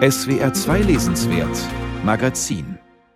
SWR 2 Lesenswert Magazin.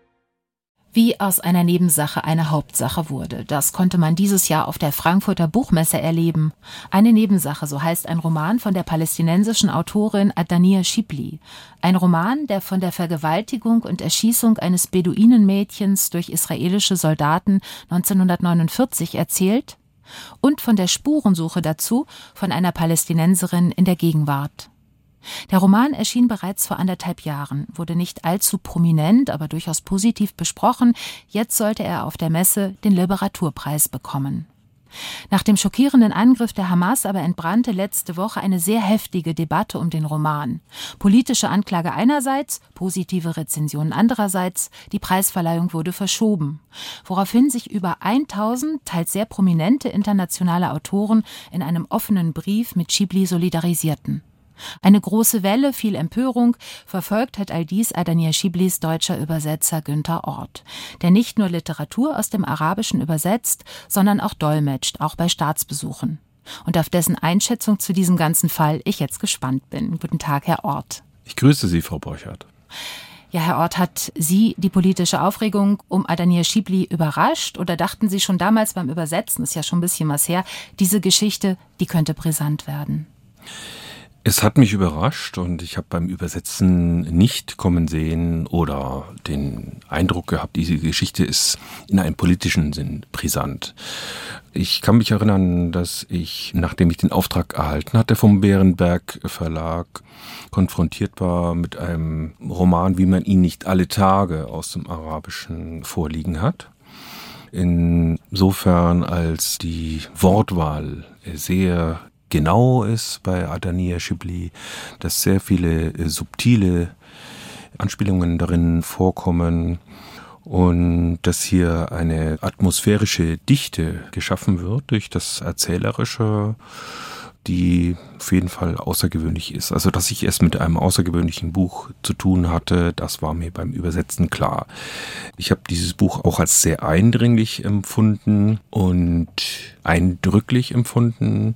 Wie aus einer Nebensache eine Hauptsache wurde, das konnte man dieses Jahr auf der Frankfurter Buchmesse erleben. Eine Nebensache, so heißt ein Roman von der palästinensischen Autorin Adania Shibli. Ein Roman, der von der Vergewaltigung und Erschießung eines Beduinenmädchens durch israelische Soldaten 1949 erzählt und von der Spurensuche dazu von einer Palästinenserin in der Gegenwart. Der Roman erschien bereits vor 1,5 Jahren, wurde nicht allzu prominent, aber durchaus positiv besprochen. Jetzt sollte er auf der Messe den Literaturpreis bekommen. Nach dem schockierenden Angriff der Hamas aber entbrannte letzte Woche eine sehr heftige Debatte um den Roman. Politische Anklage einerseits, positive Rezensionen andererseits, die Preisverleihung wurde verschoben. Woraufhin sich über 1000 teils sehr prominente internationale Autoren in einem offenen Brief mit Shibli solidarisierten. Eine große Welle, viel Empörung, verfolgt hat all dies Adania Shiblis deutscher Übersetzer Günther Orth, der nicht nur Literatur aus dem Arabischen übersetzt, sondern auch dolmetscht, auch bei Staatsbesuchen. Und auf dessen Einschätzung zu diesem ganzen Fall ich jetzt gespannt bin. Guten Tag, Herr Orth. Ich grüße Sie, Frau Borchert. Ja, Herr Orth, hat Sie die politische Aufregung um Adania Shibli überrascht oder dachten Sie schon damals beim Übersetzen, ist ja schon ein bisschen was her, diese Geschichte, die könnte brisant werden? Es hat mich überrascht und ich habe beim Übersetzen nicht kommen sehen oder den Eindruck gehabt, diese Geschichte ist in einem politischen Sinn brisant. Ich kann mich erinnern, dass ich, nachdem ich den Auftrag erhalten hatte vom Berenberg Verlag, konfrontiert war mit einem Roman, wie man ihn nicht alle Tage aus dem Arabischen vorliegen hat. Insofern, als die Wortwahl sehr genau ist bei Adania Shibli, dass sehr viele subtile Anspielungen darin vorkommen und dass hier eine atmosphärische Dichte geschaffen wird durch das Erzählerische, die auf jeden Fall außergewöhnlich ist. Also, dass ich es mit einem außergewöhnlichen Buch zu tun hatte, das war mir beim Übersetzen klar. Ich habe dieses Buch auch als sehr eindringlich empfunden und eindrücklich empfunden,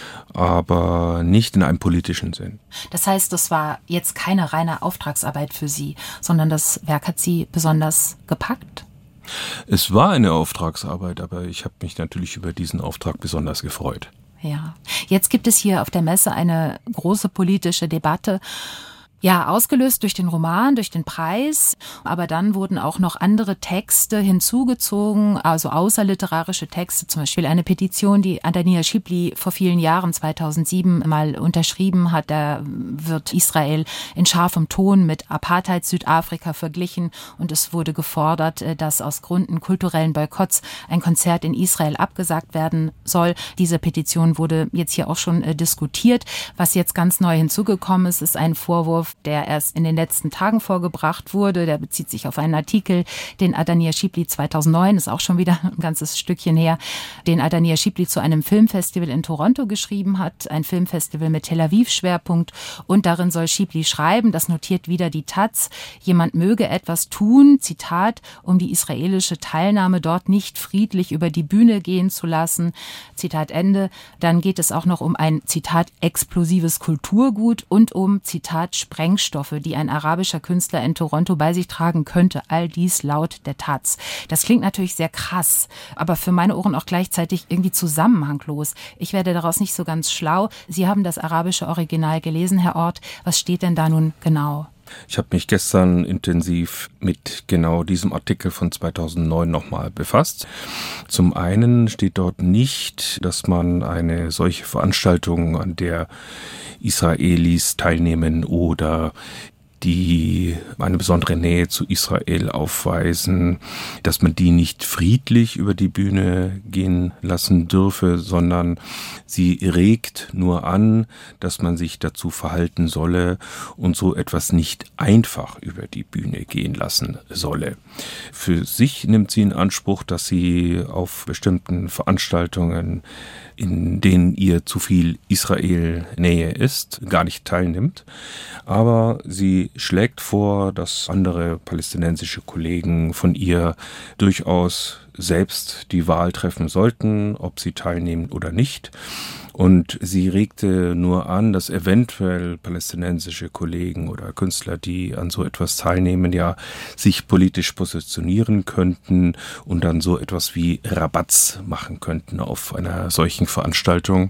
aber nicht in einem politischen Sinn. Das heißt, das war jetzt keine reine Auftragsarbeit für Sie, sondern das Werk hat Sie besonders gepackt? Es war eine Auftragsarbeit, aber ich habe mich natürlich über diesen Auftrag besonders gefreut. Ja, jetzt gibt es hier auf der Messe eine große politische Debatte. Ja, ausgelöst durch den Roman, durch den Preis, aber dann wurden auch noch andere Texte hinzugezogen, also außerliterarische Texte, zum Beispiel eine Petition, die Adania Shibli vor vielen Jahren, 2007, mal unterschrieben hat. Da wird Israel in scharfem Ton mit Apartheid Südafrika verglichen und es wurde gefordert, dass aus Gründen kulturellen Boykotts ein Konzert in Israel abgesagt werden soll. Diese Petition wurde jetzt hier auch schon diskutiert. Was jetzt ganz neu hinzugekommen ist, ist ein Vorwurf, der erst in den letzten Tagen vorgebracht wurde. Der bezieht sich auf einen Artikel, den Adania Shibli 2009, ist auch schon wieder ein ganzes Stückchen her, den Adania Shibli zu einem Filmfestival in Toronto geschrieben hat. Ein Filmfestival mit Tel Aviv-Schwerpunkt. Und darin soll Shibli schreiben, das notiert wieder die Taz, jemand möge etwas tun, Zitat, um die israelische Teilnahme dort nicht friedlich über die Bühne gehen zu lassen. Zitat Ende. Dann geht es auch noch um ein, Zitat, explosives Kulturgut und um, Zitat, Sprengstoffe, die ein arabischer Künstler in Toronto bei sich tragen könnte. All dies laut der Taz. Das klingt natürlich sehr krass, aber für meine Ohren auch gleichzeitig irgendwie zusammenhanglos. Ich werde daraus nicht so ganz schlau. Sie haben das arabische Original gelesen, Herr Orth. Was steht denn da nun genau? Ich habe mich gestern intensiv mit genau diesem Artikel von 2009 nochmal befasst. Zum einen steht dort nicht, dass man eine solche Veranstaltung, an der Israelis teilnehmen oder die eine besondere Nähe zu Israel aufweisen, dass man die nicht friedlich über die Bühne gehen lassen dürfe, sondern sie regt nur an, dass man sich dazu verhalten solle und so etwas nicht einfach über die Bühne gehen lassen solle. Für sich nimmt sie in Anspruch, dass sie auf bestimmten Veranstaltungen, in denen ihr zu viel Israel-Nähe ist, gar nicht teilnimmt. Aber sie schlägt vor, dass andere palästinensische Kollegen von ihr durchaus selbst die Wahl treffen sollten, ob sie teilnehmen oder nicht. Und sie regte nur an, dass eventuell palästinensische Kollegen oder Künstler, die an so etwas teilnehmen, ja sich politisch positionieren könnten und dann so etwas wie Rabatz machen könnten auf einer solchen Veranstaltung.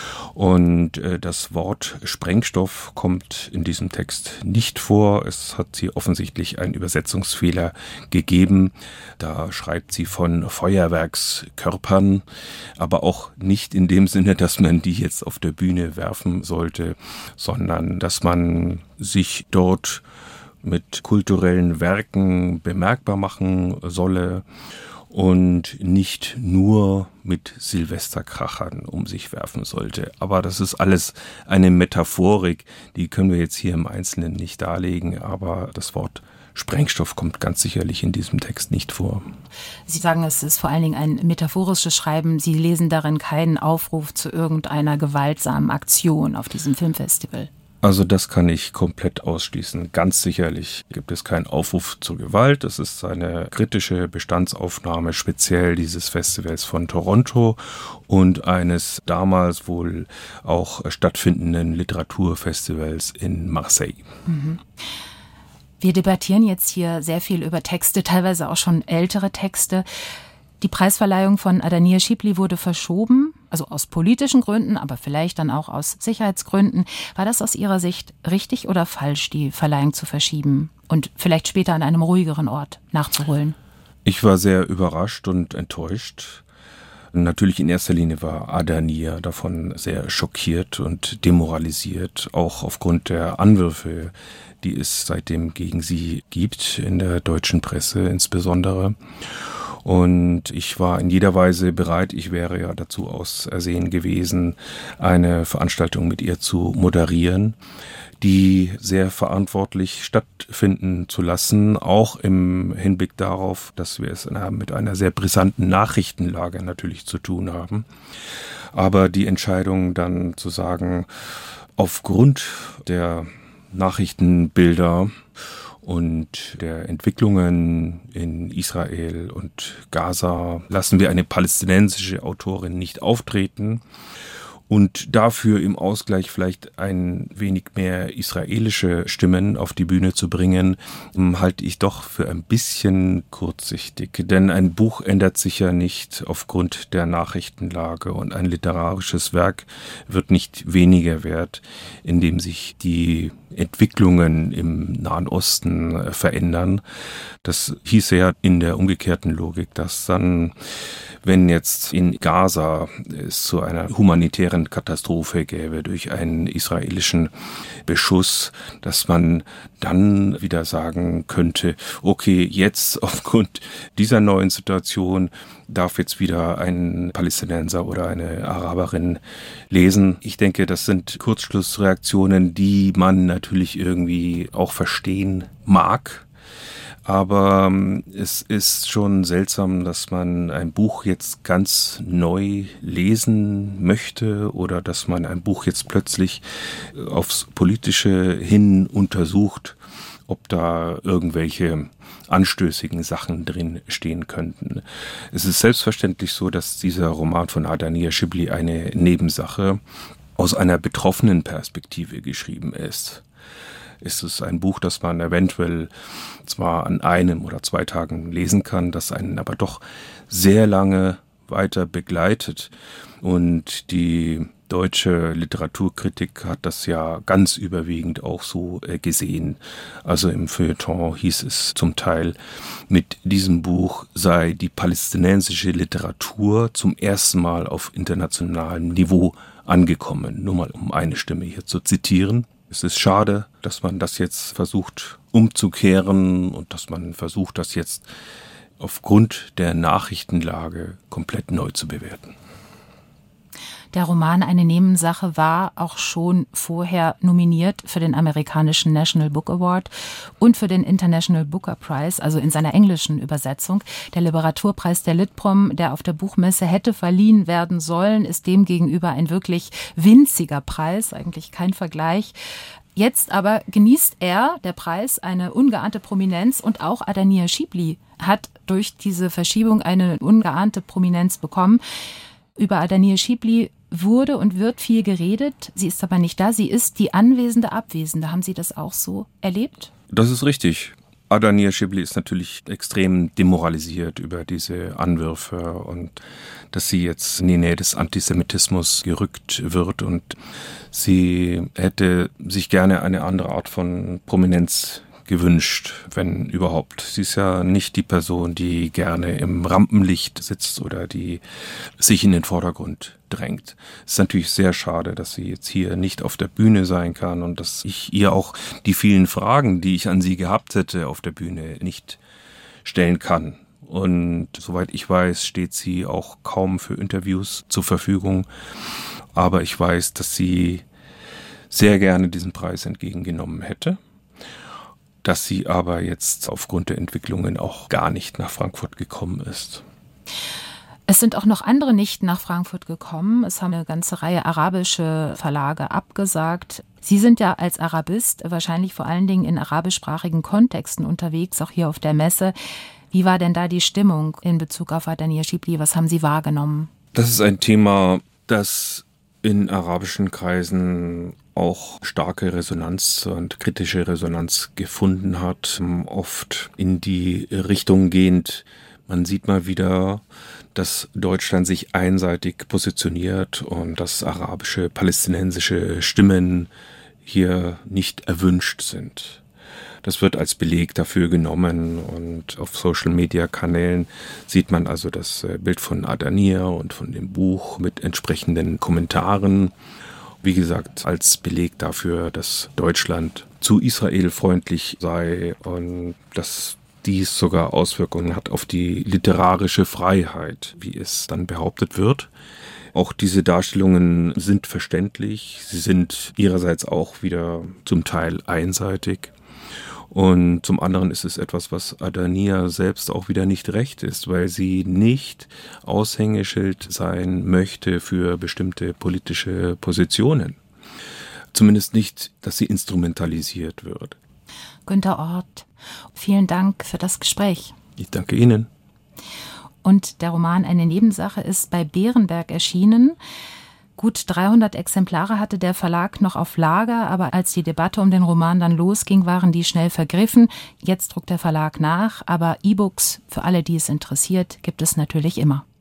Und das Wort Sprengstoff kommt in diesem Text nicht vor. Es hat hier offensichtlich einen Übersetzungsfehler gegeben. Da schreibt sie von Feuerwerkskörpern, aber auch nicht in dem Sinne, dass man die jetzt auf der Bühne werfen sollte, sondern dass man sich dort mit kulturellen Werken bemerkbar machen solle und nicht nur mit Silvesterkrachern um sich werfen sollte. Aber das ist alles eine Metaphorik, die können wir jetzt hier im Einzelnen nicht darlegen, aber das Wort Sprengstoff kommt ganz sicherlich in diesem Text nicht vor. Sie sagen, es ist vor allen Dingen ein metaphorisches Schreiben. Sie lesen darin keinen Aufruf zu irgendeiner gewaltsamen Aktion auf diesem Filmfestival. Also das kann ich komplett ausschließen. Ganz sicherlich gibt es keinen Aufruf zur Gewalt. Es ist eine kritische Bestandsaufnahme speziell dieses Festivals von Toronto und eines damals wohl auch stattfindenden Literaturfestivals in Marseille. Mhm. Wir debattieren jetzt hier sehr viel über Texte, teilweise auch schon ältere Texte. Die Preisverleihung von Adania Shibli wurde verschoben, also aus politischen Gründen, aber vielleicht dann auch aus Sicherheitsgründen. War das aus Ihrer Sicht richtig oder falsch, die Verleihung zu verschieben und vielleicht später an einem ruhigeren Ort nachzuholen? Ich war sehr überrascht und enttäuscht. Natürlich in erster Linie war Adania davon sehr schockiert und demoralisiert, auch aufgrund der Anwürfe, die es seitdem gegen sie gibt, in der deutschen Presse insbesondere. Und ich war in jeder Weise bereit, ich wäre ja dazu ausersehen gewesen, eine Veranstaltung mit ihr zu moderieren, die sehr verantwortlich stattfinden zu lassen, auch im Hinblick darauf, dass wir es mit einer sehr brisanten Nachrichtenlage natürlich zu tun haben. Aber die Entscheidung dann zu sagen, aufgrund der Nachrichtenbilder und der Entwicklungen in Israel und Gaza lassen wir eine palästinensische Autorin nicht auftreten und dafür im Ausgleich vielleicht ein wenig mehr israelische Stimmen auf die Bühne zu bringen, halte ich doch für ein bisschen kurzsichtig. Denn ein Buch ändert sich ja nicht aufgrund der Nachrichtenlage und ein literarisches Werk wird nicht weniger wert, indem sich die Entwicklungen im Nahen Osten verändern. Das hieße ja in der umgekehrten Logik, dass dann, wenn jetzt in Gaza es zu einer humanitären Katastrophe gäbe durch einen israelischen Beschuss, dass man dann wieder sagen könnte, okay, jetzt aufgrund dieser neuen Situation darf jetzt wieder ein Palästinenser oder eine Araberin lesen. Ich denke, das sind Kurzschlussreaktionen, die man natürlich irgendwie auch verstehen mag. Aber es ist schon seltsam, dass man ein Buch jetzt ganz neu lesen möchte oder dass man ein Buch jetzt plötzlich aufs Politische hin untersucht, ob da irgendwelche anstößigen Sachen drin stehen könnten. Es ist selbstverständlich so, dass dieser Roman von Adania Shibli eine Nebensache aus einer betroffenen Perspektive geschrieben ist. Es ist ein Buch, das man eventuell zwar an einem oder 2 Tagen lesen kann, das einen aber doch sehr lange weiter begleitet. Und die deutsche Literaturkritik hat das ja ganz überwiegend auch so gesehen. Also im Feuilleton hieß es zum Teil, mit diesem Buch sei die palästinensische Literatur zum ersten Mal auf internationalem Niveau angekommen. Nur mal um eine Stimme hier zu zitieren. Es ist schade, dass man das jetzt versucht umzukehren und dass man versucht, das jetzt aufgrund der Nachrichtenlage komplett neu zu bewerten. Der Roman Eine Nebensache war auch schon vorher nominiert für den amerikanischen National Book Award und für den International Booker Prize, also in seiner englischen Übersetzung. Der Literaturpreis der Litprom, der auf der Buchmesse hätte verliehen werden sollen, ist demgegenüber ein wirklich winziger Preis, eigentlich kein Vergleich. Jetzt aber genießt der Preis, eine ungeahnte Prominenz und auch Adania Shibli hat durch diese Verschiebung eine ungeahnte Prominenz bekommen. Über Adania Shibli wurde und wird viel geredet. Sie ist aber nicht da. Sie ist die anwesende Abwesende. Haben Sie das auch so erlebt? Das ist richtig. Adania Shibli ist natürlich extrem demoralisiert über diese Anwürfe und dass sie jetzt in die Nähe des Antisemitismus gerückt wird, und sie hätte sich gerne eine andere Art von Prominenz gewünscht, wenn überhaupt. Sie ist ja nicht die Person, die gerne im Rampenlicht sitzt oder die sich in den Vordergrund drängt. Es ist natürlich sehr schade, dass sie jetzt hier nicht auf der Bühne sein kann und dass ich ihr auch die vielen Fragen, die ich an sie gehabt hätte auf der Bühne, nicht stellen kann. Und soweit ich weiß, steht sie auch kaum für Interviews zur Verfügung. Aber ich weiß, dass sie sehr gerne diesen Preis entgegengenommen hätte, dass sie aber jetzt aufgrund der Entwicklungen auch gar nicht nach Frankfurt gekommen ist. Es sind auch noch andere nicht nach Frankfurt gekommen. Es haben eine ganze Reihe arabische Verlage abgesagt. Sie sind ja als Arabist wahrscheinlich vor allen Dingen in arabischsprachigen Kontexten unterwegs, auch hier auf der Messe. Wie war denn da die Stimmung in Bezug auf Adania Shibli? Was haben Sie wahrgenommen? Das ist ein Thema, das in arabischen Kreisen auch starke Resonanz und kritische Resonanz gefunden hat, oft in die Richtung gehend. Man sieht mal wieder, dass Deutschland sich einseitig positioniert und dass arabische, palästinensische Stimmen hier nicht erwünscht sind. Das wird als Beleg dafür genommen, und auf Social-Media-Kanälen sieht man also das Bild von Adania und von dem Buch mit entsprechenden Kommentaren. Wie gesagt, als Beleg dafür, dass Deutschland zu Israel freundlich sei und dass dies sogar Auswirkungen hat auf die literarische Freiheit, wie es dann behauptet wird. Auch diese Darstellungen sind verständlich. Sie sind ihrerseits auch wieder zum Teil einseitig. Und zum anderen ist es etwas, was Adania selbst auch wieder nicht recht ist, weil sie nicht Aushängeschild sein möchte für bestimmte politische Positionen. Zumindest nicht, dass sie instrumentalisiert wird. Günter Orth, vielen Dank für das Gespräch. Ich danke Ihnen. Und der Roman Eine Nebensache ist bei Berenberg erschienen. Gut 300 Exemplare hatte der Verlag noch auf Lager, aber als die Debatte um den Roman dann losging, waren die schnell vergriffen. Jetzt druckt der Verlag nach, aber E-Books für alle, die es interessiert, gibt es natürlich immer.